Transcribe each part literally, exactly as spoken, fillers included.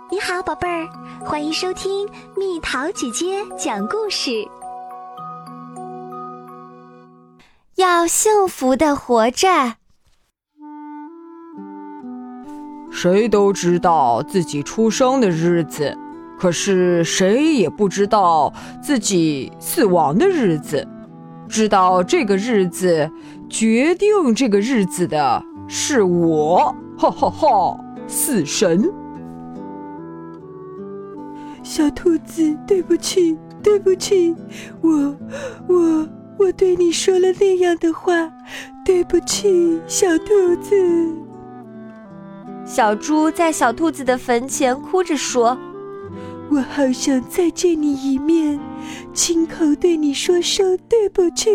你好，宝贝儿，欢迎收听蜜桃姐姐讲故事。要幸福的活着。 谁都知道自己出生的日子，可是谁也不知道自己死亡的日子。知道这个日子，决定这个日子的是我，哈哈哈，死神。 小兔子，对不起，对不起，我我我对你说了那样的话，对不起，小兔子。 小猪在小兔子的坟前哭着说： 我好想再见你一面，亲口对你说声对不起。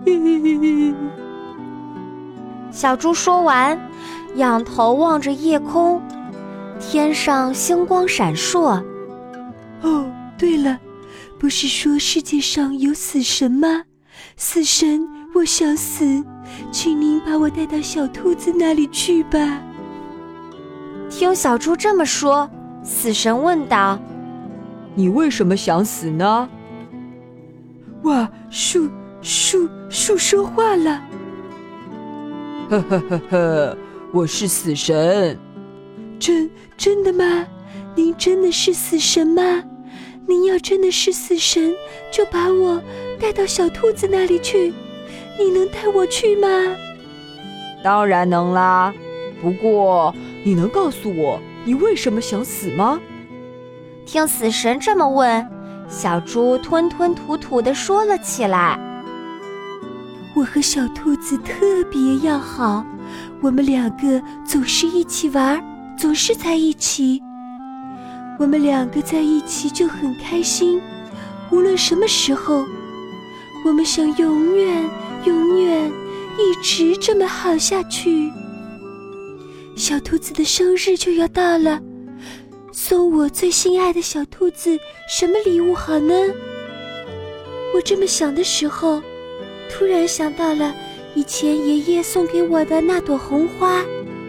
小猪说完，仰头望着夜空，天上星光闪烁。 哦，对了，不是说世界上有死神吗？死神，我想死，请您把我带到小兔子那里去吧。 听小猪这么说，死神问道： 你为什么想死呢？ 哇，树树树说话了。 呵呵呵呵，我是死神。 真真的吗？您真的是死神吗？您要真的是死神，就把我带到小兔子那里去。你能带我去吗？ 当然能啦，不过你能告诉我你为什么想死吗？ 听死神这么问，小猪吞吞吐吐地说了起来。 我和小兔子特别要好，我们两个总是一起玩，总是在一起。我们两个在一起就很开心，无论什么时候，我们想永远永远一直这么好下去。小兔子的生日就要到了，送我最心爱的小兔子什么礼物好呢？我这么想的时候，突然想到了以前爷爷送给我的那朵红花。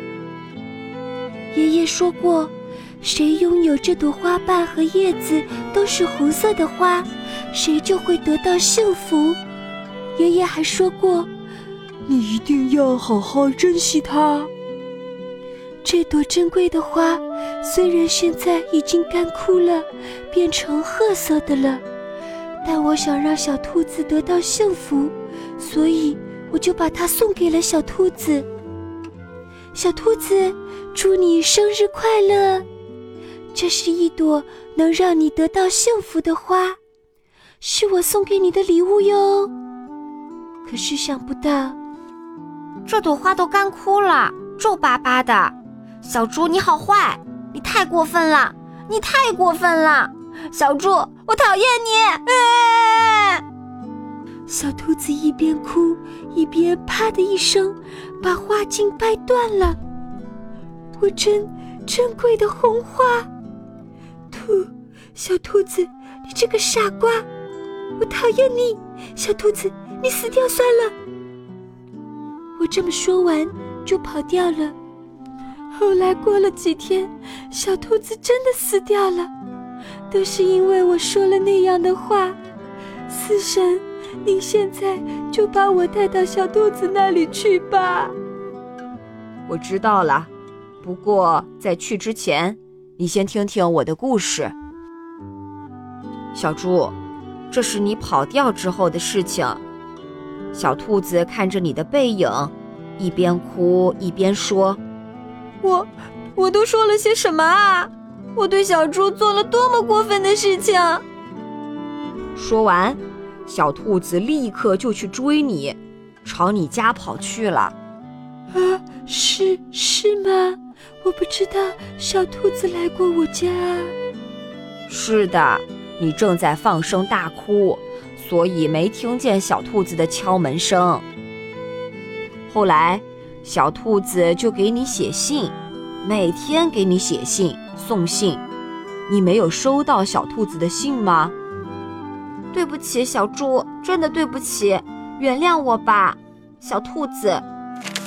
爷爷说过，谁拥有这朵花瓣和叶子都是红色的花，谁就会得到幸福。爷爷还说过， 你一定要好好珍惜它。 这朵珍贵的花虽然现在已经干枯了，变成褐色的了，但我想让小兔子得到幸福，所以我就把它送给了小兔子。小兔子，祝你生日快乐！这是一朵能让你得到幸福的花，是我送给你的礼物哟。可是想不到， 这朵花都干枯了，皱巴巴的。小猪，你好坏，你太过分了，你太过分了！小猪，我讨厌你！啊！ 小兔子一边哭一边啪的一声把花茎掰断了。我真珍贵的红花。兔，小兔子，你这个傻瓜，我讨厌你！小兔子，你死掉算了。我这么说完就跑掉了。后来过了几天，小兔子真的死掉了，都是因为我说了那样的话。死神，您现在就把我带到小兔子那里去吧。 我知道了，不过在去之前，你先听听我的故事。小猪，这是你跑掉之后的事情。小兔子看着你的背影，一边哭一边说： 我我都说了些什么啊？我对小猪做了多么过分的事情！ 说完，小兔子立刻就去追你，朝你家跑去了。 啊，是是吗？我不知道小兔子来过我家啊。 是的，你正在放声大哭，所以没听见小兔子的敲门声。后来小兔子就给你写信，每天给你写信送信。你没有收到小兔子的信吗？ 对不起，小猪，真的对不起，原谅我吧。小兔子，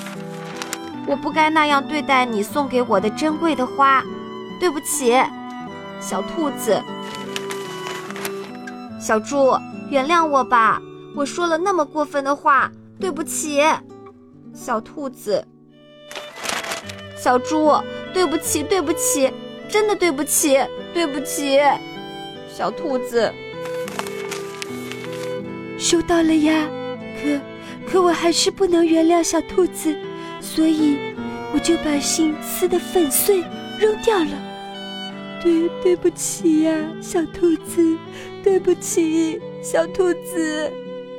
我不该那样对待你送给我的珍贵的花，对不起。 小兔子。小猪，原谅我吧，我说了那么过分的话，对不起。小兔子。小猪，对不起，对不起，真的对不起，对不起。小兔子。 收到了呀，可可我还是不能原谅小兔子，所以我就把信撕得粉碎，扔掉了。对，对不起呀，小兔子，对不起，小兔子。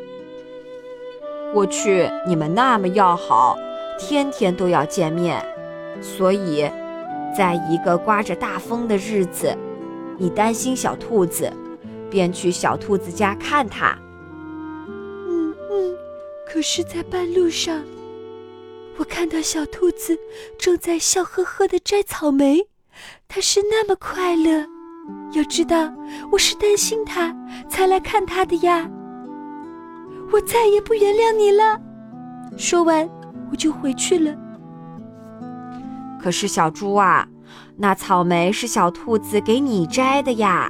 过去你们那么要好，天天都要见面，所以在一个刮着大风的日子，你担心小兔子，便去小兔子家看它。 嗯嗯，可是在半路上，我看到小兔子正在笑呵呵地摘草莓，它是那么快乐。要知道，我是担心它才来看它的呀。我再也不原谅你了。说完，我就回去了。 可是小猪啊，那草莓是小兔子给你摘的呀。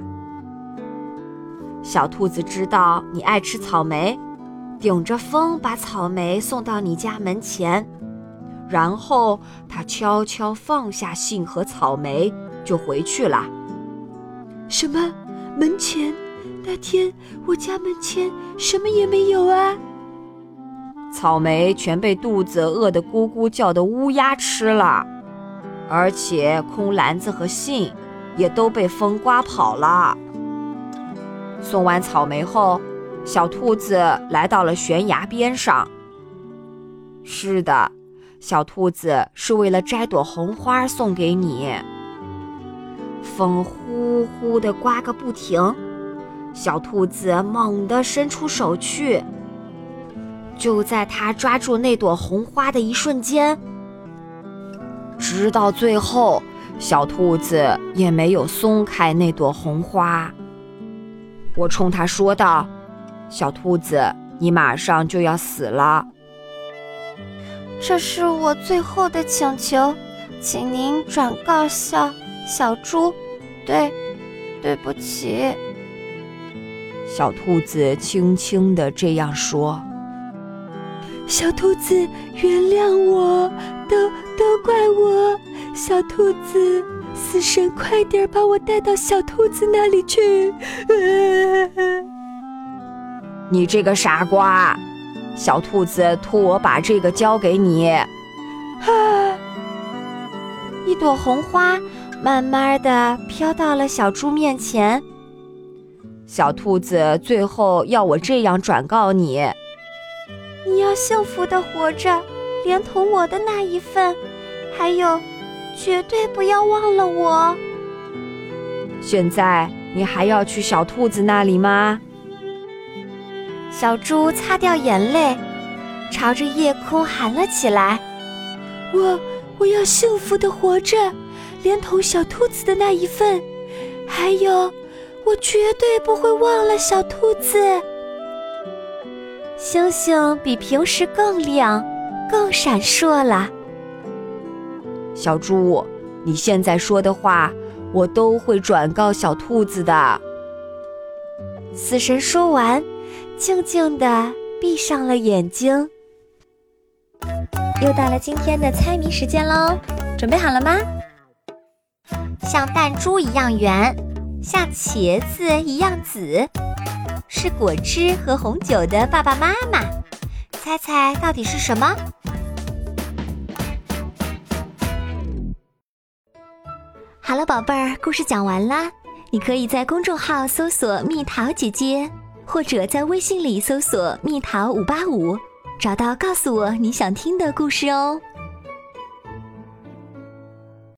小兔子知道你爱吃草莓，顶着风把草莓送到你家门前，然后它悄悄放下信和草莓就回去了。 什么？门前？那天我家门前什么也没有啊。 草莓全被肚子饿得咕咕叫的乌鸦吃了，而且空篮子和信也都被风刮跑了。送完草莓后，小兔子来到了悬崖边上。是的，小兔子是为了摘朵红花送给你。风呼呼地刮个不停，小兔子猛地伸出手去。就在它抓住那朵红花的一瞬间，直到最后，小兔子也没有松开那朵红花。我冲它说道：“小兔子，你马上就要死了。” 这是我最后的请求，请您转告小小猪，对，对不起。 小兔子轻轻地这样说。 小兔子，原谅我，都都怪我。小兔子，死神，快点把我带到小兔子那里去。 你这个傻瓜，小兔子托我把这个交给你。啊！ 一朵红花慢慢地飘到了小猪面前。 小兔子最后要我这样转告你： 你要幸福地活着，连同我的那一份，还有，绝对不要忘了我。 现在你还要去小兔子那里吗？ 小猪擦掉眼泪，朝着夜空喊了起来： 我我要幸福地活着，连同小兔子的那一份，还有，我绝对不会忘了小兔子。 星星比平时更亮，更闪烁了。 小猪，你现在说的话，我都会转告小兔子的。 死神说完，静静地闭上了眼睛。又到了今天的猜谜时间喽，准备好了吗？像弹珠一样圆，像茄子一样紫，是果汁和红酒的爸爸妈妈，猜猜到底是什么？好了，宝贝儿，故事讲完啦。你可以在公众号搜索蜜桃姐姐，或者在微信里搜索蜜桃五八五，找到告诉我你想听的故事哦。